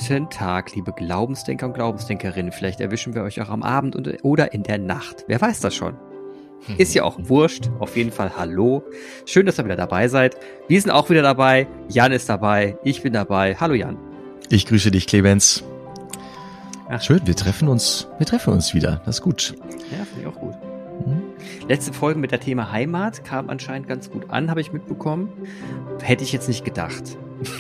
Guten Tag, liebe Glaubensdenker und Glaubensdenkerinnen. Vielleicht erwischen wir euch auch am Abend oder in der Nacht. Wer weiß das schon? Ist ja auch wurscht. Auf jeden Fall hallo. Schön, dass ihr wieder dabei seid. Wir sind auch wieder dabei. Jan ist dabei. Ich bin dabei. Hallo Jan. Ich grüße dich, Clemens. Ach. Schön, wir treffen uns wieder. Das ist gut. Ja, finde ich auch gut. Letzte Folge mit der Thema Heimat kam anscheinend ganz gut an, habe ich mitbekommen. Hätte ich jetzt nicht gedacht.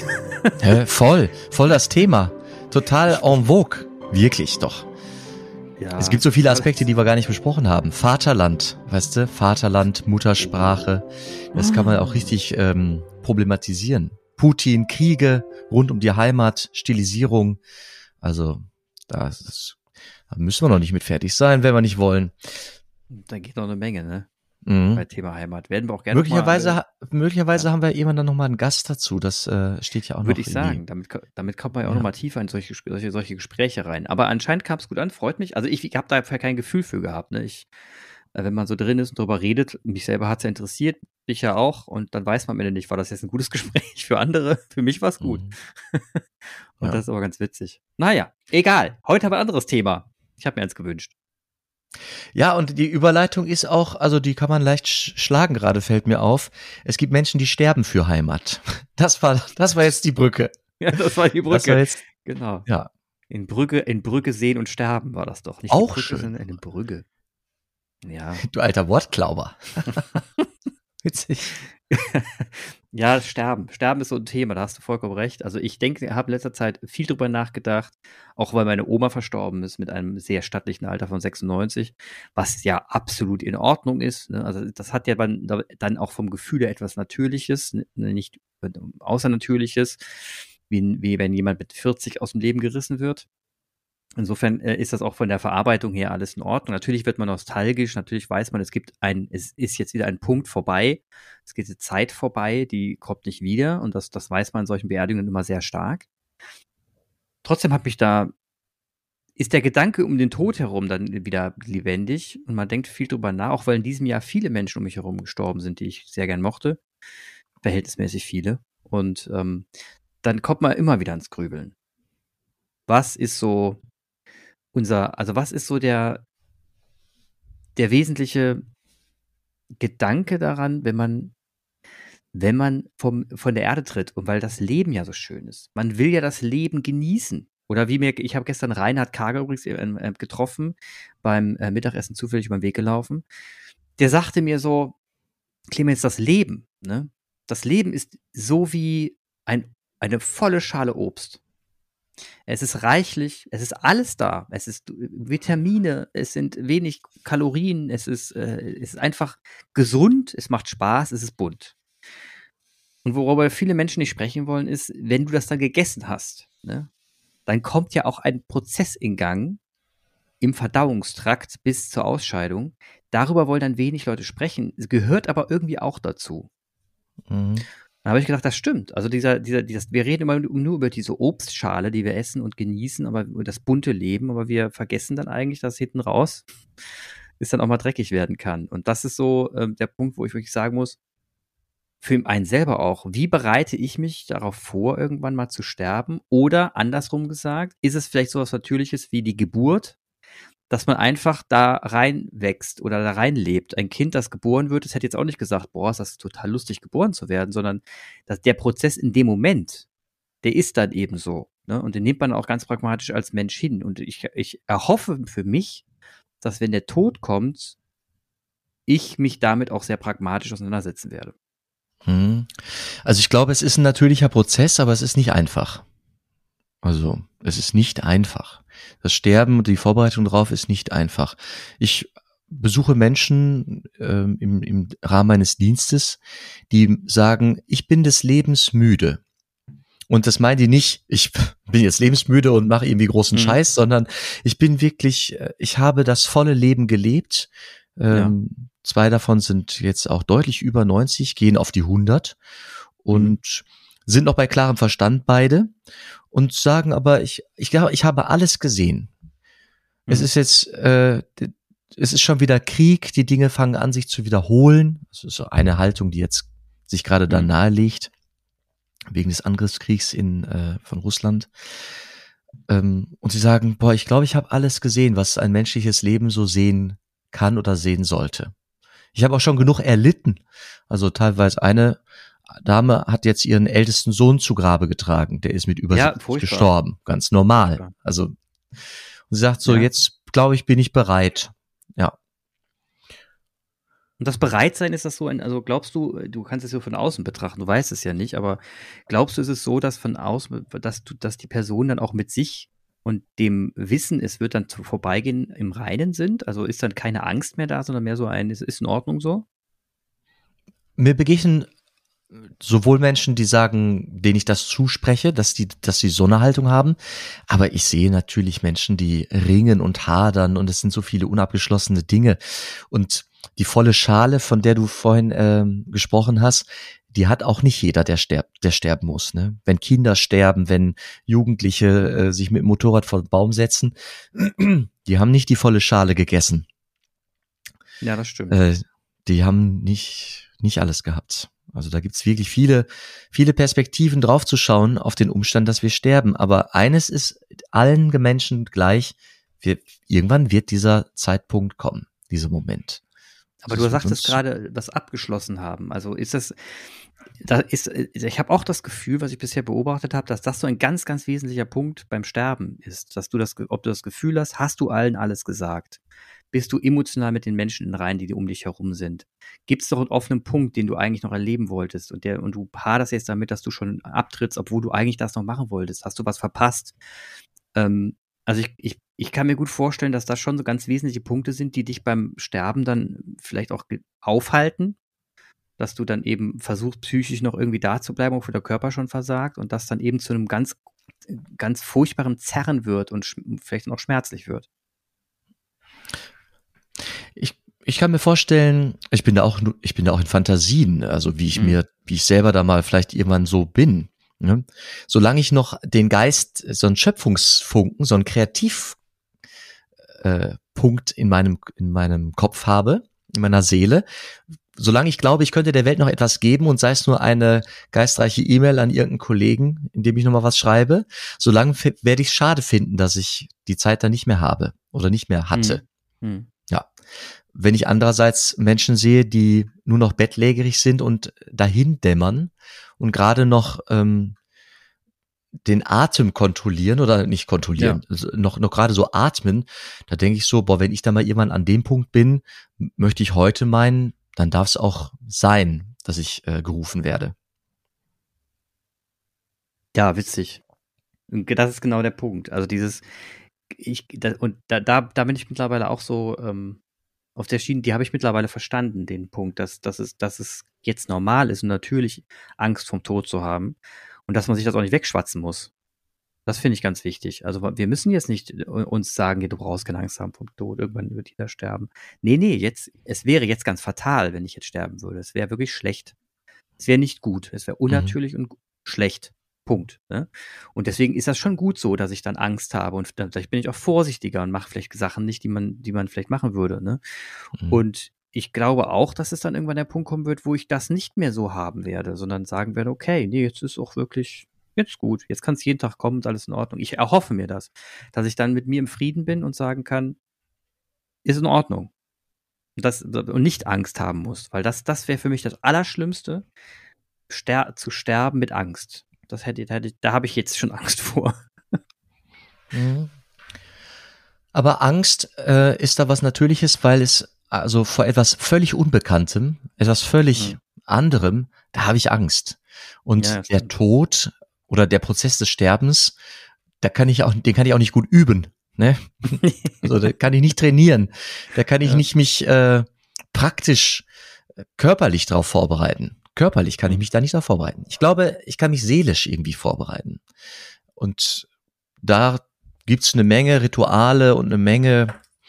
Voll das Thema. Total en vogue. Wirklich doch. Ja, es gibt so viele Aspekte, die wir gar nicht besprochen haben. Vaterland, weißt du? Vaterland, Muttersprache. Das kann man auch richtig problematisieren. Putin, Kriege rund um die Heimat, Stilisierung. Also da müssen wir noch nicht mit fertig sein, wenn wir nicht wollen. Da geht noch eine Menge, ne? Mhm. Bei Thema Heimat. Werden wir auch gerne Möglicherweise haben wir irgendwann dann nochmal einen Gast dazu. Das steht ja auch noch. Würde ich sagen. Damit kommt man ja auch nochmal tiefer in solche Gespräche rein. Aber anscheinend kam es gut an, freut mich. Also ich habe da kein Gefühl für gehabt. Ne? Wenn man so drin ist und darüber redet, mich selber hat es ja interessiert, dich ja auch. Und dann weiß man am Ende nicht, war das jetzt ein gutes Gespräch für andere? Für mich war es gut. Und das ist aber ganz witzig. Naja, egal. Heute haben wir ein anderes Thema. Ich habe mir eins gewünscht. Ja, und die Überleitung ist auch, also die kann man leicht schlagen gerade, fällt mir auf. Es gibt Menschen, die sterben für Heimat. Das war jetzt die Brücke. Ja, das war die Brücke. Das war jetzt, genau. Ja. In Brügge sehen und sterben war das doch. Nicht auch Brücke, schön. sondern eine Brügge. Ja. Du alter Wortklauber. Witzig. Ja, Sterben. Sterben ist so ein Thema, da hast du vollkommen recht. Also ich denke, ich habe in letzter Zeit viel drüber nachgedacht, auch weil meine Oma verstorben ist mit einem sehr stattlichen Alter von 96, was ja absolut in Ordnung ist. Ne? Also das hat ja dann auch vom Gefühl her etwas Natürliches, nicht Außernatürliches, wie wenn jemand mit 40 aus dem Leben gerissen wird. Insofern ist das auch von der Verarbeitung her alles in Ordnung. Natürlich wird man nostalgisch, natürlich weiß man, es ist jetzt wieder ein Punkt vorbei, es geht eine Zeit vorbei, die kommt nicht wieder und das weiß man in solchen Beerdigungen immer sehr stark. Trotzdem ist der Gedanke um den Tod herum dann wieder lebendig und man denkt viel drüber nach, auch weil in diesem Jahr viele Menschen um mich herum gestorben sind, die ich sehr gern mochte, verhältnismäßig viele. Und dann kommt man immer wieder ins Grübeln. Was ist so der wesentliche Gedanke daran, wenn man von der Erde tritt und weil das Leben ja so schön ist. Man will ja das Leben genießen. Oder ich habe gestern Reinhard Kager übrigens getroffen, beim Mittagessen zufällig über den Weg gelaufen. Der sagte mir so, Clemens, das Leben, ne? Das Leben ist so wie eine volle Schale Obst. Es ist reichlich, es ist alles da. Es ist Vitamine, es sind wenig Kalorien, es ist einfach gesund, es macht Spaß, es ist bunt. Und worüber viele Menschen nicht sprechen wollen, ist, wenn du das dann gegessen hast, ne, dann kommt ja auch ein Prozess in Gang im Verdauungstrakt bis zur Ausscheidung. Darüber wollen dann wenig Leute sprechen. Es gehört aber irgendwie auch dazu. Mhm. Dann habe ich gedacht, das stimmt. Also wir reden immer nur über diese Obstschale, die wir essen und genießen, aber über das bunte Leben, aber wir vergessen dann eigentlich, dass hinten raus es dann auch mal dreckig werden kann. Und das ist so der Punkt, wo ich wirklich sagen muss, für einen selber auch, wie bereite ich mich darauf vor, irgendwann mal zu sterben? Oder andersrum gesagt, ist es vielleicht so was Natürliches wie die Geburt, dass man einfach da reinwächst oder da reinlebt. Ein Kind, das geboren wird, das hätte jetzt auch nicht gesagt, boah, ist das total lustig, geboren zu werden, sondern dass der Prozess in dem Moment, der ist dann eben so. Ne? Und den nimmt man auch ganz pragmatisch als Mensch hin. Und ich erhoffe für mich, dass wenn der Tod kommt, ich mich damit auch sehr pragmatisch auseinandersetzen werde. Also ich glaube, es ist ein natürlicher Prozess, aber es ist nicht einfach. Also es ist nicht einfach. Das Sterben und die Vorbereitung darauf ist nicht einfach. Ich besuche Menschen im Rahmen meines Dienstes, die sagen, ich bin des Lebens müde. Und das meinen die nicht, ich bin jetzt lebensmüde und mache irgendwie großen Scheiß, sondern ich bin wirklich, ich habe das volle Leben gelebt. Ja. 2 davon sind jetzt auch deutlich über 90, gehen auf die 100 und sind noch bei klarem Verstand beide und sagen aber, ich glaube, ich habe alles gesehen. Es ist jetzt, es ist schon wieder Krieg, die Dinge fangen an, sich zu wiederholen. Das ist so eine Haltung, die jetzt sich gerade da nahelegt, wegen des Angriffskriegs von Russland. Und sie sagen, boah, ich glaube, ich habe alles gesehen, was ein menschliches Leben so sehen kann oder sehen sollte. Ich habe auch schon genug erlitten. Also teilweise eine Dame hat jetzt ihren ältesten Sohn zu Grabe getragen. Der ist mit über Ja, 70 furchtbar. gestorben. Ganz normal. Furchtbar. Also, und sie sagt so, Ja. jetzt glaube ich, bin ich bereit. Ja. Und das Bereitsein, ist das so also glaubst du, du kannst es ja von außen betrachten, du weißt es ja nicht, aber glaubst du, ist es so, dass von außen, dass die Person dann auch mit sich und dem Wissen, es wird dann vorbeigehen, im Reinen sind? Also ist dann keine Angst mehr da, sondern mehr so es ist in Ordnung so? Mir begegnen sowohl Menschen, die sagen, denen ich das zuspreche, dass sie so eine Haltung haben, aber ich sehe natürlich Menschen, die ringen und hadern und es sind so viele unabgeschlossene Dinge und die volle Schale, von der du vorhin gesprochen hast, die hat auch nicht jeder, der sterben muss. Ne? Wenn Kinder sterben, wenn Jugendliche sich mit dem Motorrad vor den Baum setzen, die haben nicht die volle Schale gegessen. Ja, das stimmt. Die haben nicht alles gehabt. Also da gibt's wirklich viele Perspektiven drauf zu schauen auf den Umstand, dass wir sterben. Aber eines ist allen Menschen gleich, irgendwann wird dieser Zeitpunkt kommen, dieser Moment. Aber du sagtest gerade, was abgeschlossen haben. Also ich habe auch das Gefühl, was ich bisher beobachtet habe, dass das so ein ganz, ganz wesentlicher Punkt beim Sterben ist. Dass ob du das Gefühl hast du allen alles gesagt? Bist du emotional mit den Menschen in Reihen, die um dich herum sind? Gibt es doch einen offenen Punkt, den du eigentlich noch erleben wolltest und du haderst jetzt damit, dass du schon abtrittst, obwohl du eigentlich das noch machen wolltest? Hast du was verpasst? Also ich kann mir gut vorstellen, dass das schon so ganz wesentliche Punkte sind, die dich beim Sterben dann vielleicht auch aufhalten, dass du dann eben versuchst, psychisch noch irgendwie da zu bleiben, obwohl der Körper schon versagt und das dann eben zu einem ganz, ganz furchtbaren Zerren wird und vielleicht dann auch schmerzlich wird. Ich kann mir vorstellen, ich bin da auch in Fantasien, also wie ich selber da mal vielleicht irgendwann so bin. Ne? Solange ich noch den Geist, so einen Schöpfungsfunken, so einen Kreativpunkt in meinem Kopf habe, in meiner Seele, solange ich glaube, ich könnte der Welt noch etwas geben und sei es nur eine geistreiche E-Mail an irgendeinen Kollegen, in dem ich nochmal was schreibe, solange werde ich es schade finden, dass ich die Zeit da nicht mehr habe oder nicht mehr hatte. Ja. Wenn ich andererseits Menschen sehe, die nur noch bettlägerig sind und dahin dämmern und gerade noch den Atem kontrollieren oder nicht kontrollieren, also noch gerade so atmen, da denke ich so, boah, wenn ich da mal irgendwann an dem Punkt bin, möchte ich heute meinen, dann darf es auch sein, dass ich gerufen werde. Ja, witzig. Und das ist genau der Punkt. Also da bin ich mittlerweile auch so auf der Schiene, die habe ich mittlerweile verstanden, den Punkt, dass es jetzt normal ist und natürlich Angst vom Tod zu haben und dass man sich das auch nicht wegschwatzen muss. Das finde ich ganz wichtig. Also wir müssen jetzt nicht uns sagen, du brauchst keine Angst haben vom Tod, irgendwann wird jeder sterben. Nee, es wäre jetzt ganz fatal, wenn ich jetzt sterben würde. Es wäre wirklich schlecht. Es wäre nicht gut. Es wäre unnatürlich und schlecht. Punkt. Ne? Und deswegen ist das schon gut so, dass ich dann Angst habe und vielleicht bin ich auch vorsichtiger und mache vielleicht Sachen nicht, die man vielleicht machen würde. Ne? Und ich glaube auch, dass es dann irgendwann der Punkt kommen wird, wo ich das nicht mehr so haben werde, sondern sagen werde, okay, nee, jetzt ist auch wirklich, jetzt gut, jetzt kann es jeden Tag kommen, ist alles in Ordnung. Ich erhoffe mir das, dass ich dann mit mir im Frieden bin und sagen kann, ist in Ordnung. Und nicht Angst haben muss, weil das wäre für mich das Allerschlimmste, zu sterben mit Angst. Da habe ich jetzt schon Angst vor. Aber Angst ist da was Natürliches, weil es also vor etwas völlig Unbekanntem, etwas völlig anderem, da habe ich Angst. Und der Tod oder der Prozess des Sterbens, den kann ich auch nicht gut üben. Ne? Also da kann ich nicht trainieren. Da kann ich nicht mich praktisch körperlich drauf vorbereiten. Körperlich kann ich mich da nicht darauf vorbereiten. Ich glaube, ich kann mich seelisch irgendwie vorbereiten. Und da gibt's eine Menge Rituale und eine Menge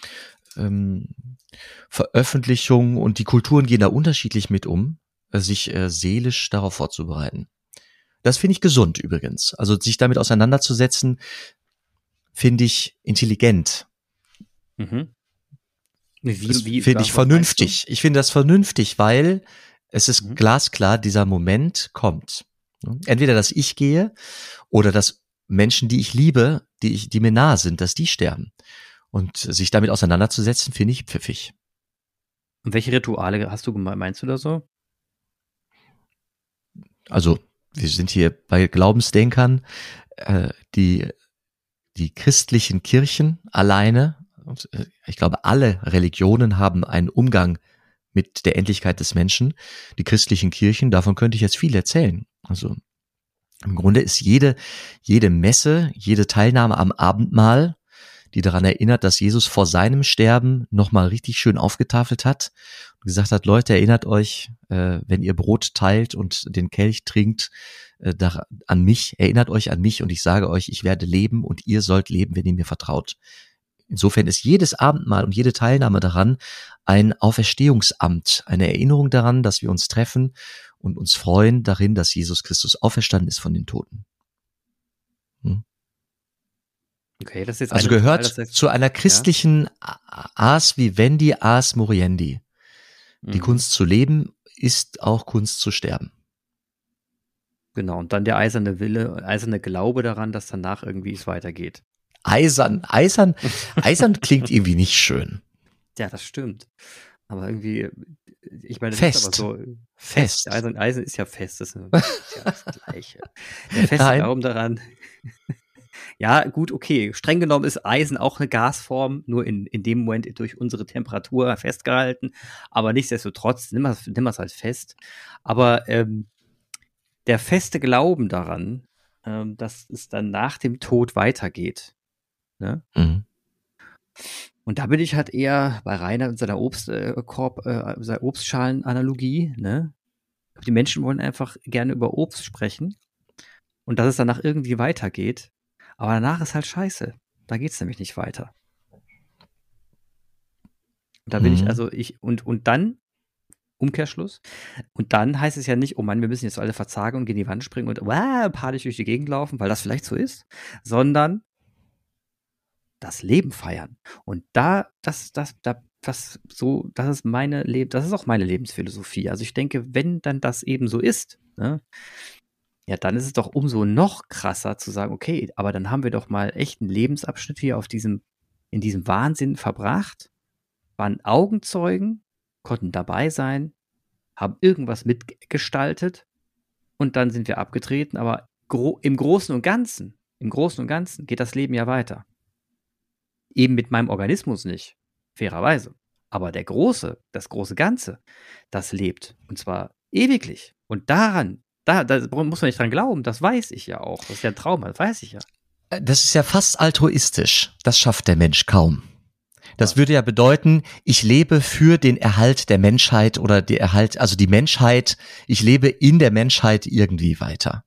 Veröffentlichungen und die Kulturen gehen da unterschiedlich mit um, sich seelisch darauf vorzubereiten. Das finde ich gesund übrigens. Also sich damit auseinanderzusetzen, finde ich intelligent. Mhm. Finde ich vernünftig. Ich finde das vernünftig, weil es ist glasklar, dieser Moment kommt. Entweder, dass ich gehe oder dass Menschen, die ich liebe, die mir nahe sind, dass die sterben. Und sich damit auseinanderzusetzen, finde ich pfiffig. Und welche Rituale hast du meinst du da so? Also, wir sind hier bei Glaubensdenkern, die christlichen Kirchen alleine, und ich glaube, alle Religionen haben einen Umgang mit der Endlichkeit des Menschen. Die christlichen Kirchen, davon könnte ich jetzt viel erzählen. Also im Grunde ist jede Messe, jede Teilnahme am Abendmahl, die daran erinnert, dass Jesus vor seinem Sterben nochmal richtig schön aufgetafelt hat und gesagt hat, Leute, erinnert euch, wenn ihr Brot teilt und den Kelch trinkt, an mich, erinnert euch an mich und ich sage euch, ich werde leben und ihr sollt leben, wenn ihr mir vertraut. Insofern ist jedes Abendmahl und jede Teilnahme daran ein Auferstehungsamt, eine Erinnerung daran, dass wir uns treffen und uns freuen darin, dass Jesus Christus auferstanden ist von den Toten. Okay, das ist jetzt Also ein Ritual, gehört das heißt, zu einer christlichen Ars vivendi, Ars moriendi. Die Kunst zu leben ist auch Kunst zu sterben. Genau, und dann der eiserne Wille, eiserne Glaube daran, dass danach irgendwie es weitergeht. Eisern klingt irgendwie nicht schön. Ja, das stimmt. Aber irgendwie, ich meine, das Fest. ist aber so. Fest. Eisen ist ja fest, das ist ja das Gleiche. Der feste Glauben daran. Ja, gut, okay. Streng genommen ist Eisen auch eine Gasform, nur in dem Moment durch unsere Temperatur festgehalten. Aber nichtsdestotrotz, nimm es halt fest. Aber der feste Glauben daran, dass es dann nach dem Tod weitergeht. Ne? Mhm. Und da bin ich halt eher bei Rainer und seiner seiner Obstschalen-Analogie. Ne? Die Menschen wollen einfach gerne über Obst sprechen und dass es danach irgendwie weitergeht. Aber danach ist halt scheiße. Da geht's nämlich nicht weiter. Und da bin ich, und dann, Umkehrschluss, und dann heißt es ja nicht, oh Mann, wir müssen jetzt alle verzagen und gegen die Wand springen und panisch durch die Gegend laufen, weil das vielleicht so ist, sondern das Leben feiern. Und das ist auch meine Lebensphilosophie. Also ich denke, wenn dann das eben so ist, ne, ja, dann ist es doch umso noch krasser zu sagen, okay, aber dann haben wir doch mal echt einen Lebensabschnitt hier in diesem Wahnsinn verbracht, waren Augenzeugen, konnten dabei sein, haben irgendwas mitgestaltet und dann sind wir abgetreten, aber im Großen und Ganzen geht das Leben ja weiter. Eben mit meinem Organismus nicht, fairerweise. Aber das große Ganze, das lebt. Und zwar ewiglich. Und da muss man nicht dran glauben, das weiß ich ja auch. Das ist ja ein Traum, das weiß ich ja. Das ist ja fast altruistisch. Das schafft der Mensch kaum. Das würde ja bedeuten, ich lebe für den Erhalt der Menschheit oder die Menschheit, ich lebe in der Menschheit irgendwie weiter.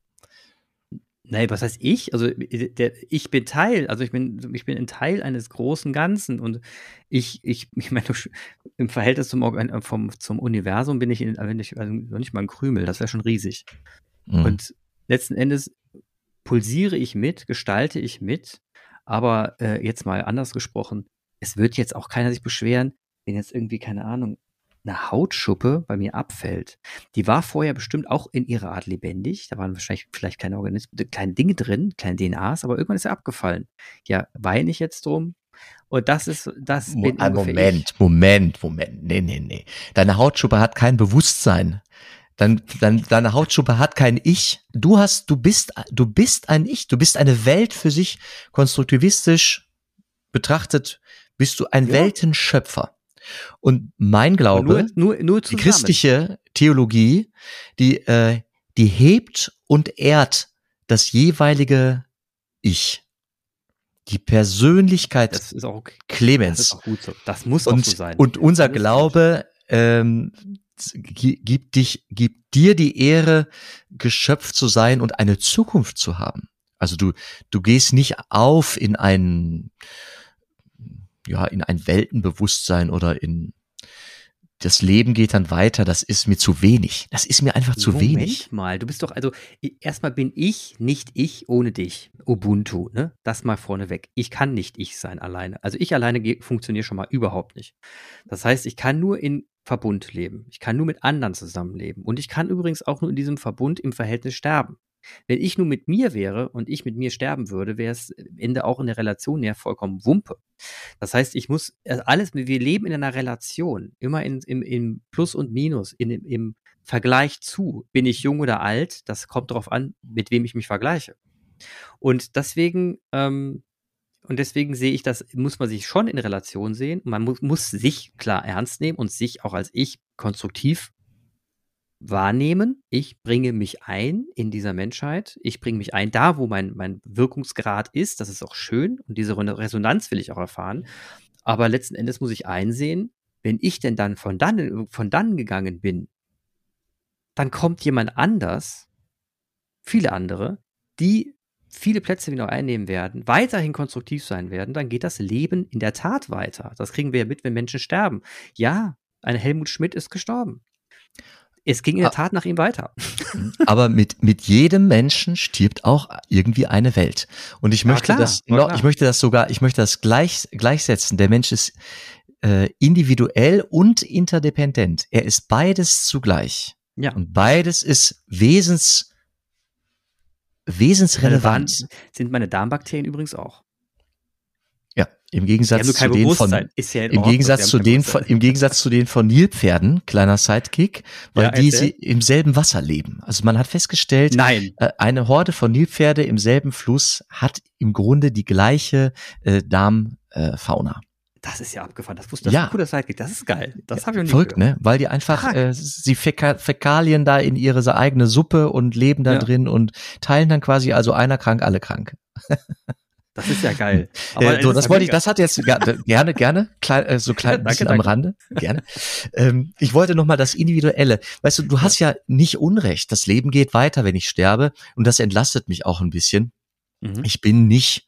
Nein, was heißt ich? Also ich bin Teil, ich bin ein Teil eines großen Ganzen und ich meine, im Verhältnis zum Universum bin ich noch nicht mal ein Krümel, das wäre schon riesig. Mhm. Und letzten Endes pulsiere ich mit, gestalte ich mit, aber jetzt mal anders gesprochen, es wird jetzt auch keiner sich beschweren, wenn jetzt irgendwie, keine Ahnung, eine Hautschuppe bei mir abfällt. Die war vorher bestimmt auch in ihrer Art lebendig. Da waren wahrscheinlich vielleicht kleine Organismen, kleine Dinge drin, kleine DNAs, aber irgendwann ist er abgefallen. Ja, weine ich jetzt drum? Und das bin Moment. Nee. Deine Hautschuppe hat kein Bewusstsein. Deine Hautschuppe hat kein Ich. Du bist ein Ich. Du bist eine Welt für sich. Konstruktivistisch betrachtet bist du ein Weltenschöpfer. Und mein Glaube, nur die christliche Theologie, die hebt und ehrt das jeweilige Ich. Die Persönlichkeit das ist auch okay. Clemens. Das ist auch gut so. Das muss auch so sein. Und unser Glaube gibt dir die Ehre, Geschöpf zu sein und eine Zukunft zu haben. Also du gehst nicht auf in ein Weltenbewusstsein oder das Leben geht dann weiter, das ist mir zu wenig. Das ist mir einfach zu wenig. Moment mal, du bist doch, erstmal bin ich nicht ich ohne dich. Ubuntu, ne? Das mal vorneweg. Ich kann nicht ich sein alleine. Also ich alleine funktioniere schon mal überhaupt nicht. Das heißt, ich kann nur in Verbund leben. Ich kann nur mit anderen zusammenleben. Und ich kann übrigens auch nur in diesem Verbund im Verhältnis sterben. Wenn ich nur mit mir wäre und ich mit mir sterben würde, wäre es am Ende auch in der Relation ja vollkommen Wumpe. Das heißt, ich muss wir leben in einer Relation, immer im Plus und Minus, im Vergleich zu, bin ich jung oder alt, das kommt darauf an, mit wem ich mich vergleiche. Und deswegen sehe ich das, muss man sich schon in Relation sehen. Und man muss sich klar ernst nehmen und sich auch als ich konstruktiv wahrnehmen. Ich bringe mich ein in dieser Menschheit. Ich bringe mich ein da, wo mein Wirkungsgrad ist. Das ist auch schön. Und diese Resonanz will ich auch erfahren. Aber letzten Endes muss ich einsehen, wenn ich denn dann von dann gegangen bin, dann kommt jemand anders, viele andere, die viele Plätze wieder einnehmen werden, weiterhin konstruktiv sein werden, dann geht das Leben in der Tat weiter. Das kriegen wir ja mit, wenn Menschen sterben. Ja, ein Helmut Schmidt ist gestorben. Es ging in der Tat nach ihm weiter. Aber mit jedem Menschen stirbt auch irgendwie eine Welt. Und ich möchte ich möchte das gleichsetzen. Der Mensch ist individuell und interdependent. Er ist beides zugleich. Ja. Und beides ist wesensrelevant. Sind meine Darmbakterien übrigens auch. Ja, im Gegensatz zu den von Nilpferden, kleiner Sidekick, weil sie im selben Wasser leben. Also man hat festgestellt, eine Horde von Nilpferde im selben Fluss hat im Grunde die gleiche Darmfauna. Das ist ja abgefahren. Das ist ein cooler Sidekick. Das ist geil. Das habe ich noch nie verrückt, gehört. Ne? Weil die einfach sie Fäkalien da in ihre eigene Suppe und leben da drin und teilen dann quasi, also einer krank, alle krank. Das ist ja geil. Aber das hat jetzt gerne, so klein ein bisschen am Rande, gerne. Ich wollte nochmal das Individuelle. Weißt du, du hast ja nicht Unrecht. Das Leben geht weiter, wenn ich sterbe. Und das entlastet mich auch ein bisschen. Mhm. Ich bin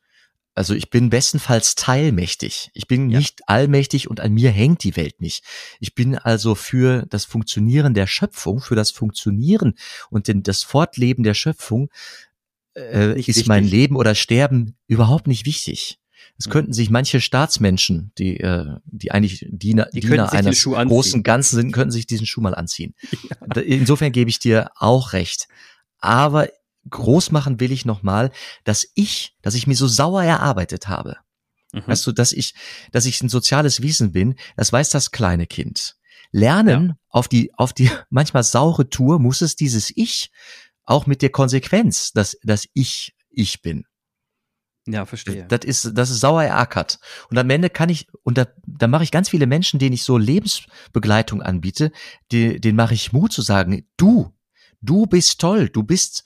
bestenfalls teilmächtig. Ich bin nicht allmächtig und an mir hängt die Welt nicht. Ich bin also für das Funktionieren der Schöpfung, für das Funktionieren und das Fortleben der Schöpfung ist wichtig. Mein Leben oder Sterben überhaupt nicht wichtig. Es könnten sich manche Staatsmenschen, die eigentlich Diener eines großen Ganzen sind, könnten sich diesen Schuh mal anziehen. Ja. Insofern gebe ich dir auch recht. Aber groß machen will ich nochmal, dass ich mir so sauer erarbeitet habe. Weißt du, dass ich ein soziales Wesen bin, das weiß das kleine Kind. Lernen auf die manchmal saure Tour muss es dieses Ich auch mit der Konsequenz, dass ich bin. Ja, verstehe. Das ist sauer erackert. Und am Ende da mache ich ganz viele Menschen, denen ich so Lebensbegleitung anbiete, denen mache ich Mut zu sagen, du bist toll, du bist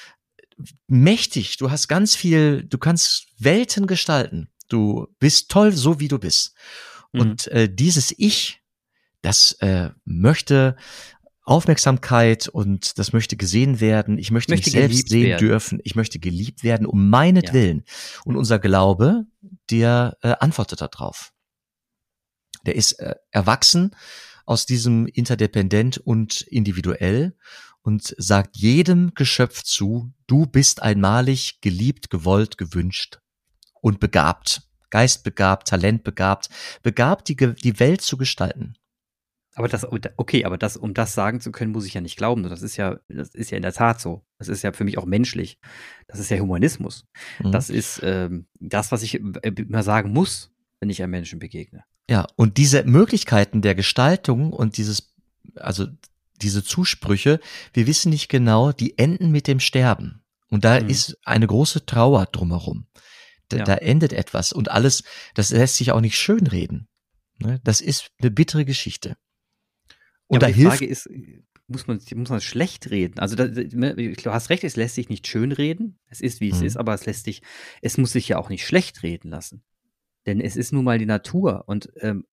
mächtig, du hast ganz viel, du kannst Welten gestalten, du bist toll, so wie du bist. Und dieses Ich, das möchte Aufmerksamkeit und das möchte gesehen werden. Ich möchte mich selbst sehen dürfen. Ich möchte geliebt werden um meinetwillen. Und unser Glaube, der antwortet darauf. Der ist erwachsen aus diesem interdependent und individuell und sagt jedem Geschöpf zu, du bist einmalig, geliebt, gewollt, gewünscht und begabt. Geistbegabt, talentbegabt, begabt die Welt zu gestalten. Aber um das sagen zu können, muss ich ja nicht glauben. Das ist ja in der Tat so. Das ist ja für mich auch menschlich. Das ist ja Humanismus. Mhm. Das ist das, was ich immer sagen muss, wenn ich einem Menschen begegne. Ja, und diese Möglichkeiten der Gestaltung und diese Zusprüche, wir wissen nicht genau, die enden mit dem Sterben. Und da ist eine große Trauer drumherum. Da endet etwas und alles, das lässt sich auch nicht schönreden. Das ist eine bittere Geschichte. Und ja, die Frage ist, muss man es schlecht reden? Also du hast recht, es lässt sich nicht schön reden. Es ist, wie es ist, aber es muss sich ja auch nicht schlecht reden lassen. Denn es ist nun mal die Natur. Und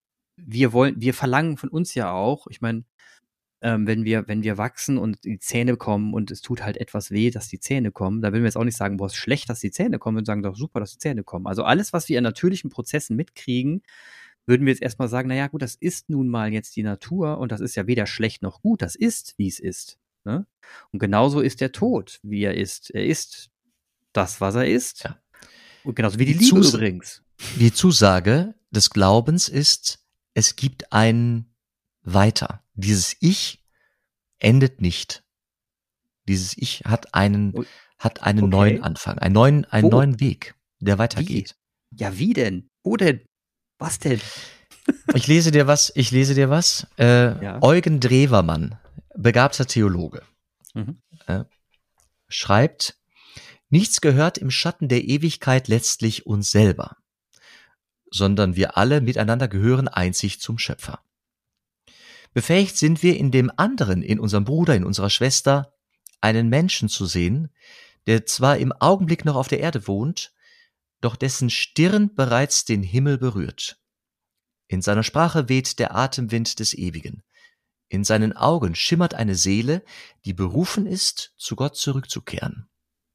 wir verlangen von uns ja auch, ich meine, wenn wir wachsen und die Zähne kommen und es tut halt etwas weh, dass die Zähne kommen, da will wir jetzt auch nicht sagen, boah, ist schlecht, dass die Zähne kommen, und sagen doch super, dass die Zähne kommen. Also alles, was wir in natürlichen Prozessen mitkriegen, würden wir jetzt erstmal sagen, naja gut, das ist nun mal jetzt die Natur und das ist ja weder schlecht noch gut, das ist, wie es ist. Ne? Und genauso ist der Tod, wie er ist. Er ist das, was er ist. Ja. Und genauso wie die Liebe übrigens. Die Zusage des Glaubens ist, es gibt ein Weiter. Dieses Ich endet nicht. Dieses Ich hat hat einen neuen Anfang, einen neuen Weg, der weitergeht. Wie? Ja, wie denn? Wo denn? Was denn? Ich lese dir was. Ja. Eugen Drewermann, begabter Theologe, schreibt: Nichts gehört im Schatten der Ewigkeit letztlich uns selber, sondern wir alle miteinander gehören einzig zum Schöpfer. Befähigt sind wir in dem anderen, in unserem Bruder, in unserer Schwester, einen Menschen zu sehen, der zwar im Augenblick noch auf der Erde wohnt, doch dessen Stirn bereits den Himmel berührt. In seiner Sprache weht der Atemwind des Ewigen. In seinen Augen schimmert eine Seele, die berufen ist, zu Gott zurückzukehren.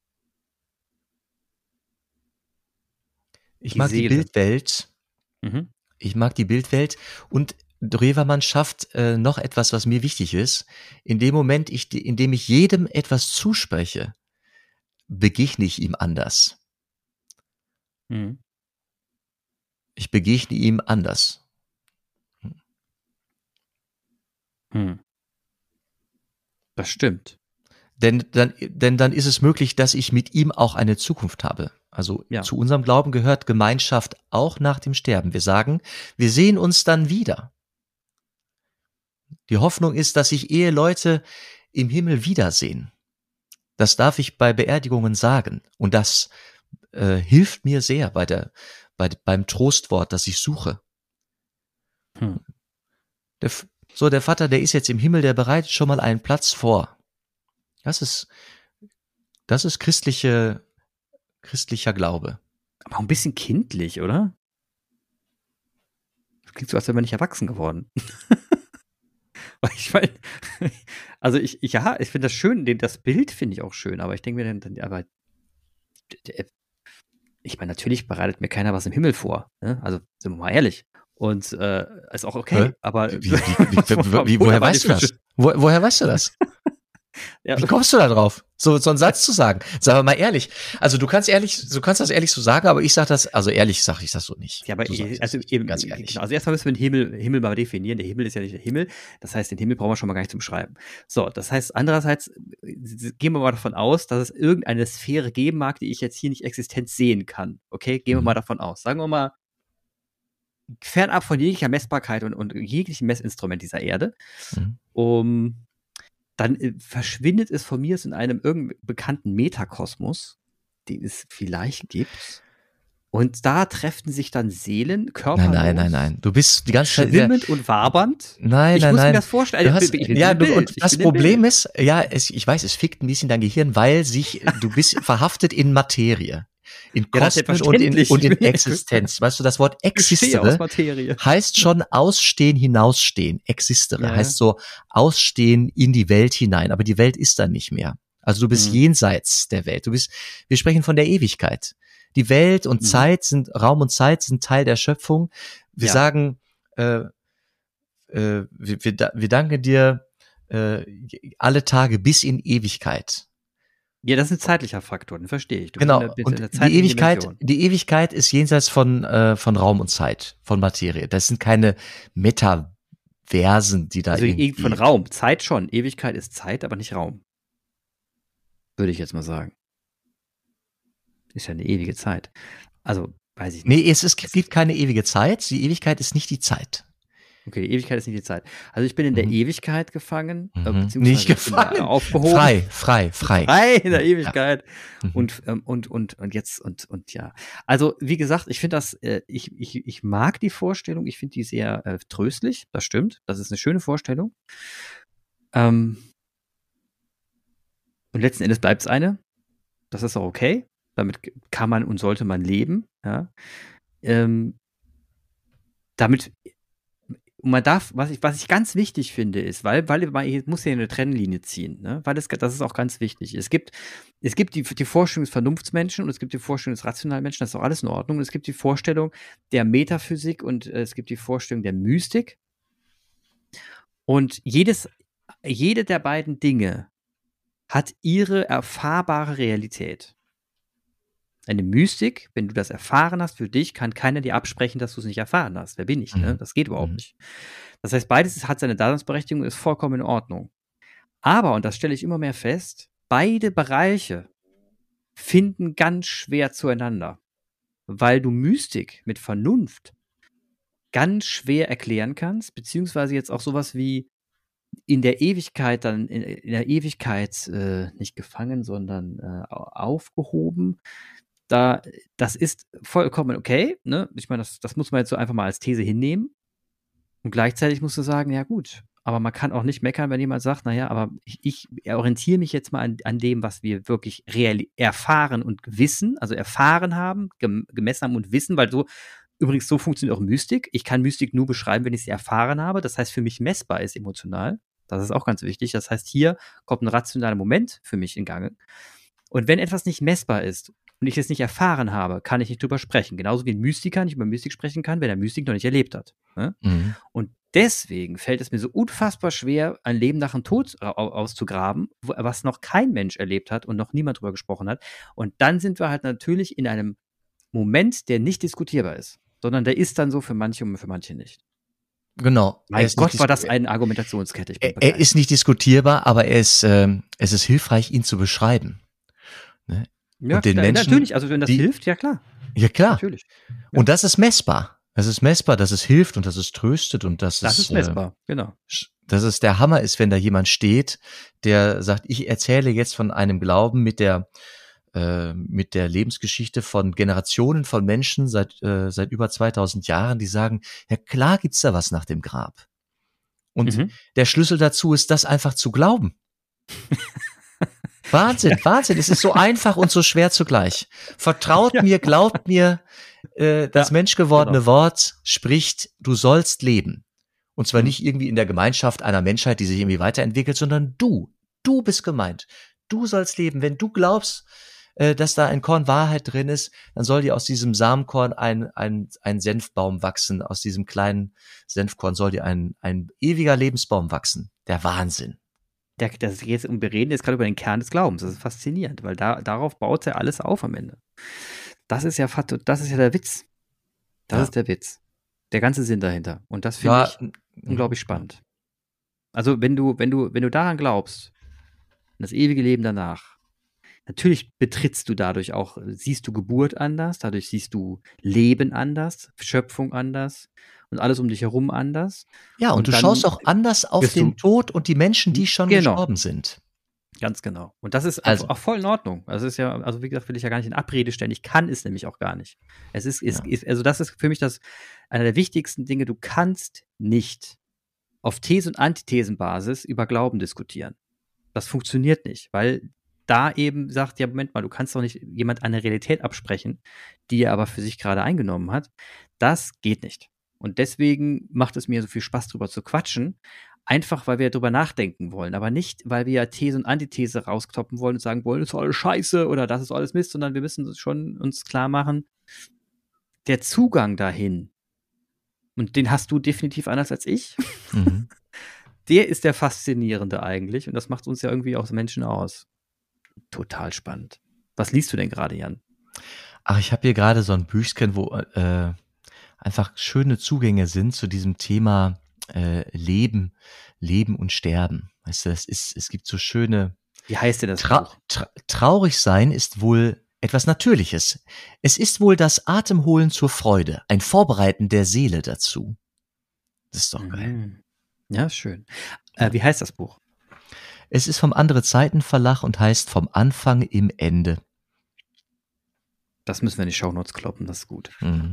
Ich mag die Bildwelt. Ich mag die Bildwelt und Drewermann schafft noch etwas, was mir wichtig ist. In dem Moment, in dem ich jedem etwas zuspreche, begegne ich ihm anders. Ich begegne ihm anders. Das stimmt. Denn dann ist es möglich, dass ich mit ihm auch eine Zukunft habe. Also zu unserem Glauben gehört Gemeinschaft auch nach dem Sterben. Wir sagen, wir sehen uns dann wieder. Die Hoffnung ist, dass sich Eheleute im Himmel wiedersehen. Das darf ich bei Beerdigungen sagen. Und das hilft mir sehr beim Trostwort, das ich suche. Der Vater, der ist jetzt im Himmel, der bereitet schon mal einen Platz vor. Das ist christlicher Glaube. Aber auch ein bisschen kindlich, oder? Das klingt so, als wäre man nicht erwachsen geworden. Ich meine, also ich finde das schön, das Bild finde ich auch schön, aber ich denke mir dann, aber ich meine, natürlich bereitet mir keiner was im Himmel vor, ne? Also sind wir mal ehrlich. Und ist auch okay, aber woher weißt du das? Woher weißt du das? Ja. Wie kommst du da drauf, so einen Satz zu sagen? Sag mal ehrlich. Also du kannst das ehrlich so sagen, aber ich sag das, also ehrlich sage ich das so nicht. Ja, aber eben, ganz ehrlich. Genau, also erstmal müssen wir den Himmel mal definieren. Der Himmel ist ja nicht der Himmel. Das heißt, den Himmel brauchen wir schon mal gar nicht zum Schreiben. So, das heißt, andererseits gehen wir mal davon aus, dass es irgendeine Sphäre geben mag, die ich jetzt hier nicht existent sehen kann. Okay, gehen wir mal davon aus. Sagen wir mal, fernab von jeglicher Messbarkeit und jeglichem Messinstrument dieser Erde, dann verschwindet es von mir in einem irgendeinem bekannten Metakosmos, den es vielleicht gibt. Und da treffen sich dann Seelen, Körper. Nein. Du bist die ganze Zeit schwimmend und wabernd. Nein. Ich muss mir das vorstellen. Das Problem ist, ich weiß, es fickt ein bisschen dein Gehirn, weil du bist verhaftet in Materie. In Kosmos und in Existenz. Weißt du, das Wort existere heißt schon ausstehen, hinausstehen. Existere heißt so ausstehen in die Welt hinein. Aber die Welt ist dann nicht mehr. Also du bist jenseits der Welt. Wir sprechen von der Ewigkeit. Die Welt und Raum und Zeit sind Teil der Schöpfung. Wir sagen, wir danken dir alle Tage bis in Ewigkeit. Ja, das ist ein zeitlicher Faktor, den verstehe ich. Genau, und die Ewigkeit ist jenseits von Raum und Zeit, von Materie. Das sind keine Metaversen, die da irgendwie... von Raum, Zeit schon. Ewigkeit ist Zeit, aber nicht Raum. Würde ich jetzt mal sagen. Ist ja eine ewige Zeit. Also, weiß ich nicht. Nee, es gibt keine ewige Zeit. Die Ewigkeit ist nicht die Zeit. Okay, die Ewigkeit ist nicht die Zeit. Also ich bin in der Ewigkeit gefangen, beziehungsweise nicht gefangen, aufgehoben. Frei In der Ewigkeit. Ja. Und jetzt ja. Also wie gesagt, ich finde das, ich mag die Vorstellung, ich finde die sehr tröstlich, das stimmt, das ist eine schöne Vorstellung. Und letzten Endes bleibt es eine. Das ist auch okay. Damit kann man und sollte man leben. Ja. Damit und man darf, was ich ganz wichtig finde, ist, weil man muss ja eine Trennlinie ziehen, ne? Weil das ist auch ganz wichtig. Es gibt die Vorstellung des Vernunftsmenschen und es gibt die Vorstellung des rationalen Menschen, das ist auch alles in Ordnung. Und es gibt die Vorstellung der Metaphysik und es gibt die Vorstellung der Mystik. Und jede der beiden Dinge hat ihre erfahrbare Realität. Eine Mystik, wenn du das erfahren hast für dich, kann keiner dir absprechen, dass du es nicht erfahren hast. Wer bin ich? Ne? Das geht überhaupt nicht. Das heißt, beides hat seine Daseinsberechtigung, ist vollkommen in Ordnung. Aber, und das stelle ich immer mehr fest, beide Bereiche finden ganz schwer zueinander, weil du Mystik mit Vernunft ganz schwer erklären kannst, beziehungsweise jetzt auch sowas wie in der Ewigkeit dann, in der Ewigkeit nicht gefangen, sondern aufgehoben. Das ist vollkommen okay, ne? Ich meine, das muss man jetzt so einfach mal als These hinnehmen. Und gleichzeitig musst du sagen, ja gut, aber man kann auch nicht meckern, wenn jemand sagt, naja, aber ich orientiere mich jetzt mal an dem, was wir wirklich real erfahren und wissen, also erfahren haben, gemessen haben und wissen, weil übrigens so funktioniert auch Mystik. Ich kann Mystik nur beschreiben, wenn ich sie erfahren habe. Das heißt, für mich messbar ist emotional. Das ist auch ganz wichtig. Das heißt, hier kommt ein rationaler Moment für mich in Gang. Und wenn etwas nicht messbar ist und ich es nicht erfahren habe, kann ich nicht drüber sprechen. Genauso wie ein Mystiker nicht über Mystik sprechen kann, wenn er Mystik noch nicht erlebt hat. Ne? Mhm. Und deswegen fällt es mir so unfassbar schwer, ein Leben nach dem Tod auszugraben, was noch kein Mensch erlebt hat und noch niemand drüber gesprochen hat. Und dann sind wir halt natürlich in einem Moment, der nicht diskutierbar ist, sondern der ist dann so für manche und für manche nicht. Genau. Mein Gott, war das eine Argumentationskette. Er ist nicht diskutierbar, aber es ist hilfreich, ihn zu beschreiben. Ne? Ja, und den klar, Menschen, natürlich, also wenn das hilft, ja klar. Ja, klar. Natürlich. Ja. Und das ist messbar. Das ist messbar, dass es hilft und dass es tröstet und dass das ist messbar, genau. Dass es der Hammer ist, wenn da jemand steht, der sagt, ich erzähle jetzt von einem Glauben mit der Lebensgeschichte von Generationen von Menschen seit über 2000 Jahren, die sagen, ja klar gibt's da was nach dem Grab. Und der Schlüssel dazu ist, das einfach zu glauben. Wahnsinn, Wahnsinn. Es ist so einfach und so schwer zugleich. Vertraut mir, glaubt mir, das menschgewordene Wort spricht, du sollst leben. Und zwar nicht irgendwie in der Gemeinschaft einer Menschheit, die sich irgendwie weiterentwickelt, sondern du bist gemeint. Du sollst leben. Wenn du glaubst, dass da ein Korn Wahrheit drin ist, dann soll dir aus diesem Samenkorn ein Senfbaum wachsen. Aus diesem kleinen Senfkorn soll dir ein ewiger Lebensbaum wachsen. Der Wahnsinn. Wir reden jetzt gerade über den Kern des Glaubens. Das ist faszinierend, weil darauf baut ja alles auf am Ende. Das ist ja der Witz. Das ist der Witz. Der ganze Sinn dahinter. Und das finde ich unglaublich spannend. Also wenn du daran glaubst, das ewige Leben danach, natürlich betrittst du dadurch auch, siehst du Geburt anders, dadurch siehst du Leben anders, Schöpfung anders und alles um dich herum anders. Ja, und du schaust auch anders auf den Tod und die Menschen, die schon gestorben sind. Ganz genau. Und das ist auch voll in Ordnung. Also ist ja, also wie gesagt, will ich ja gar nicht in Abrede stellen. Ich kann es nämlich auch gar nicht. Also das ist für mich einer der wichtigsten Dinge. Du kannst nicht auf These- und Antithesenbasis über Glauben diskutieren. Das funktioniert nicht, weil da eben sagt, ja, Moment mal, du kannst doch nicht jemand eine Realität absprechen, die er aber für sich gerade eingenommen hat. Das geht nicht. Und deswegen macht es mir so viel Spaß, drüber zu quatschen, einfach weil wir drüber nachdenken wollen, aber nicht, weil wir ja These und Antithese rauskloppen wollen und sagen wollen, das ist alles Scheiße oder das ist alles Mist, sondern wir müssen schon uns klar machen, der Zugang dahin, und den hast du definitiv anders als ich, der ist der faszinierende eigentlich und das macht uns ja irgendwie auch Menschen aus. Total spannend. Was liest du denn gerade, Jan? Ach, ich habe hier gerade so ein Büchchen, wo einfach schöne Zugänge sind zu diesem Thema Leben und Sterben. Weißt du, es gibt so schöne. Wie heißt denn das Buch? Traurig sein ist wohl etwas Natürliches. Es ist wohl das Atemholen zur Freude, ein Vorbereiten der Seele dazu. Das ist doch geil. Ja, schön. Wie heißt das Buch? Es ist vom Andere Zeiten Verlag und heißt Vom Anfang im Ende. Das müssen wir in die Shownotes kloppen, das ist gut.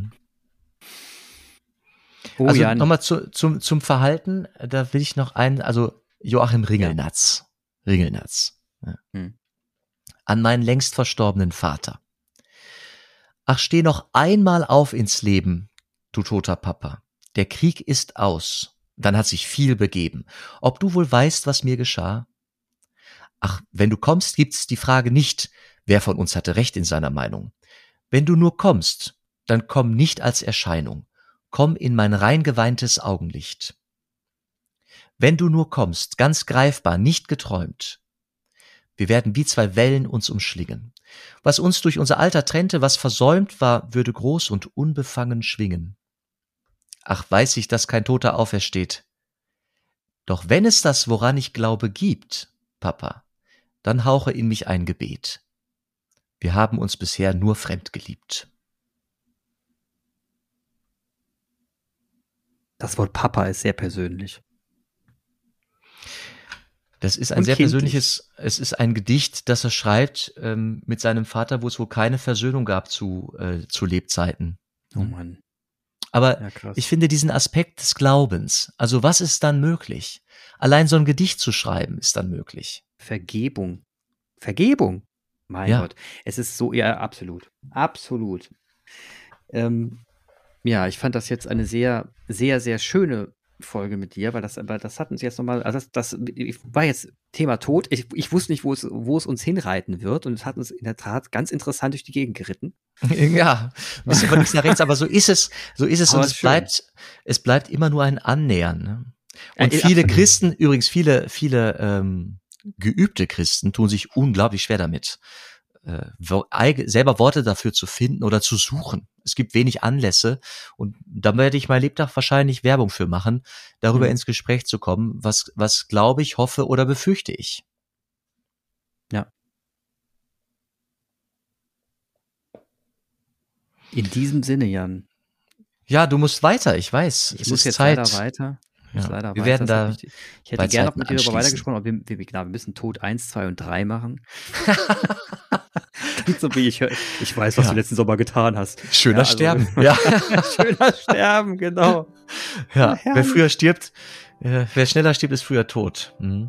Oh, also nochmal zum Verhalten, da will ich noch also Joachim Ringelnatz. Ja. Ringelnatz. Ja. An meinen längst verstorbenen Vater. Ach, steh noch einmal auf ins Leben, du toter Papa. Der Krieg ist aus. Dann hat sich viel begeben. Ob du wohl weißt, was mir geschah? Ach, wenn du kommst, gibt's die Frage nicht, wer von uns hatte Recht in seiner Meinung. Wenn du nur kommst, dann komm nicht als Erscheinung. Komm in mein rein geweintes Augenlicht. Wenn du nur kommst, ganz greifbar, nicht geträumt. Wir werden wie zwei Wellen uns umschlingen. Was uns durch unser Alter trennte, was versäumt war, würde groß und unbefangen schwingen. Ach, weiß ich, dass kein Toter aufersteht. Doch wenn es das, woran ich glaube, gibt, Papa, dann hauche in mich ein Gebet. Wir haben uns bisher nur fremd geliebt. Das Wort Papa ist sehr persönlich. Das ist ein sehr persönliches, es ist ein Gedicht, das er schreibt mit seinem Vater, wo es wohl keine Versöhnung gab zu Lebzeiten. Oh Mann. Aber Ja, krass. ich finde diesen Aspekt des Glaubens, also was ist dann möglich? Allein so ein Gedicht zu schreiben ist dann möglich. Vergebung. Vergebung. Mein Ja. Gott. Es ist so, ja, absolut. Absolut. Ja, ich fand das jetzt eine sehr, sehr, sehr schöne Folge mit dir, weil das hat uns jetzt nochmal, also das war jetzt Thema Tod. Ich wusste nicht, wo es uns hinreiten wird, und es hat uns in der Tat ganz interessant durch die Gegend geritten. Ja, ein bisschen von links nach rechts, aber so ist es. Aber Und schön. es bleibt immer nur ein Annähern. Ne? Und Ja, viele absolut. Christen, übrigens viele geübte Christen tun sich unglaublich schwer damit, selber Worte dafür zu finden oder zu suchen. Es gibt wenig Anlässe, und da werde ich mein Lebtag wahrscheinlich Werbung für machen, darüber ins Gespräch zu kommen, was glaube ich, hoffe oder befürchte ich. Ja. In diesem Sinne, Jan. Ja, du musst weiter, ich weiß. Ich muss jetzt Zeit. leider weiter. Wir werden da ich hätte gerne noch mit dir darüber weitergesprochen, aber wir müssen Tod 1, 2 und 3 machen. So wie ich weiß, was du letzten Sommer getan hast. Schöner Sterben. Ja. Schöner Sterben, genau. Ja, wer früher stirbt, wer schneller stirbt, ist früher tot. Mhm.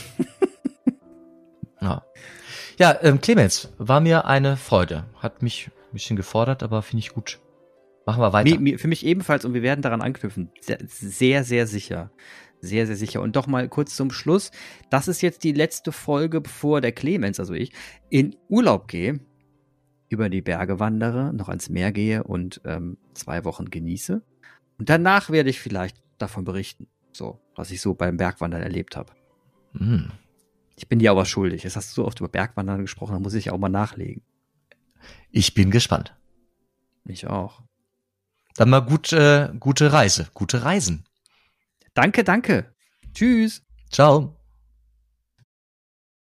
Ja, Clemens, war mir eine Freude. Hat mich ein bisschen gefordert, aber finde ich gut. Machen wir weiter. Für mich ebenfalls, und wir werden daran anknüpfen. Sehr, sehr sicher. Sehr, sehr sicher. Und doch mal kurz zum Schluss. Das ist jetzt die letzte Folge, bevor der Clemens, also ich, in Urlaub gehe, über die Berge wandere, noch ans Meer gehe und 2 Wochen genieße. Und danach werde ich vielleicht davon berichten, so, was ich so beim Bergwandern erlebt habe. Mhm. Ich bin dir aber schuldig. Jetzt hast du so oft über Bergwandern gesprochen, da muss ich auch mal nachlegen. Ich bin gespannt. Ich auch. Dann mal gute Reise, gute Reisen. Danke. Tschüss. Ciao.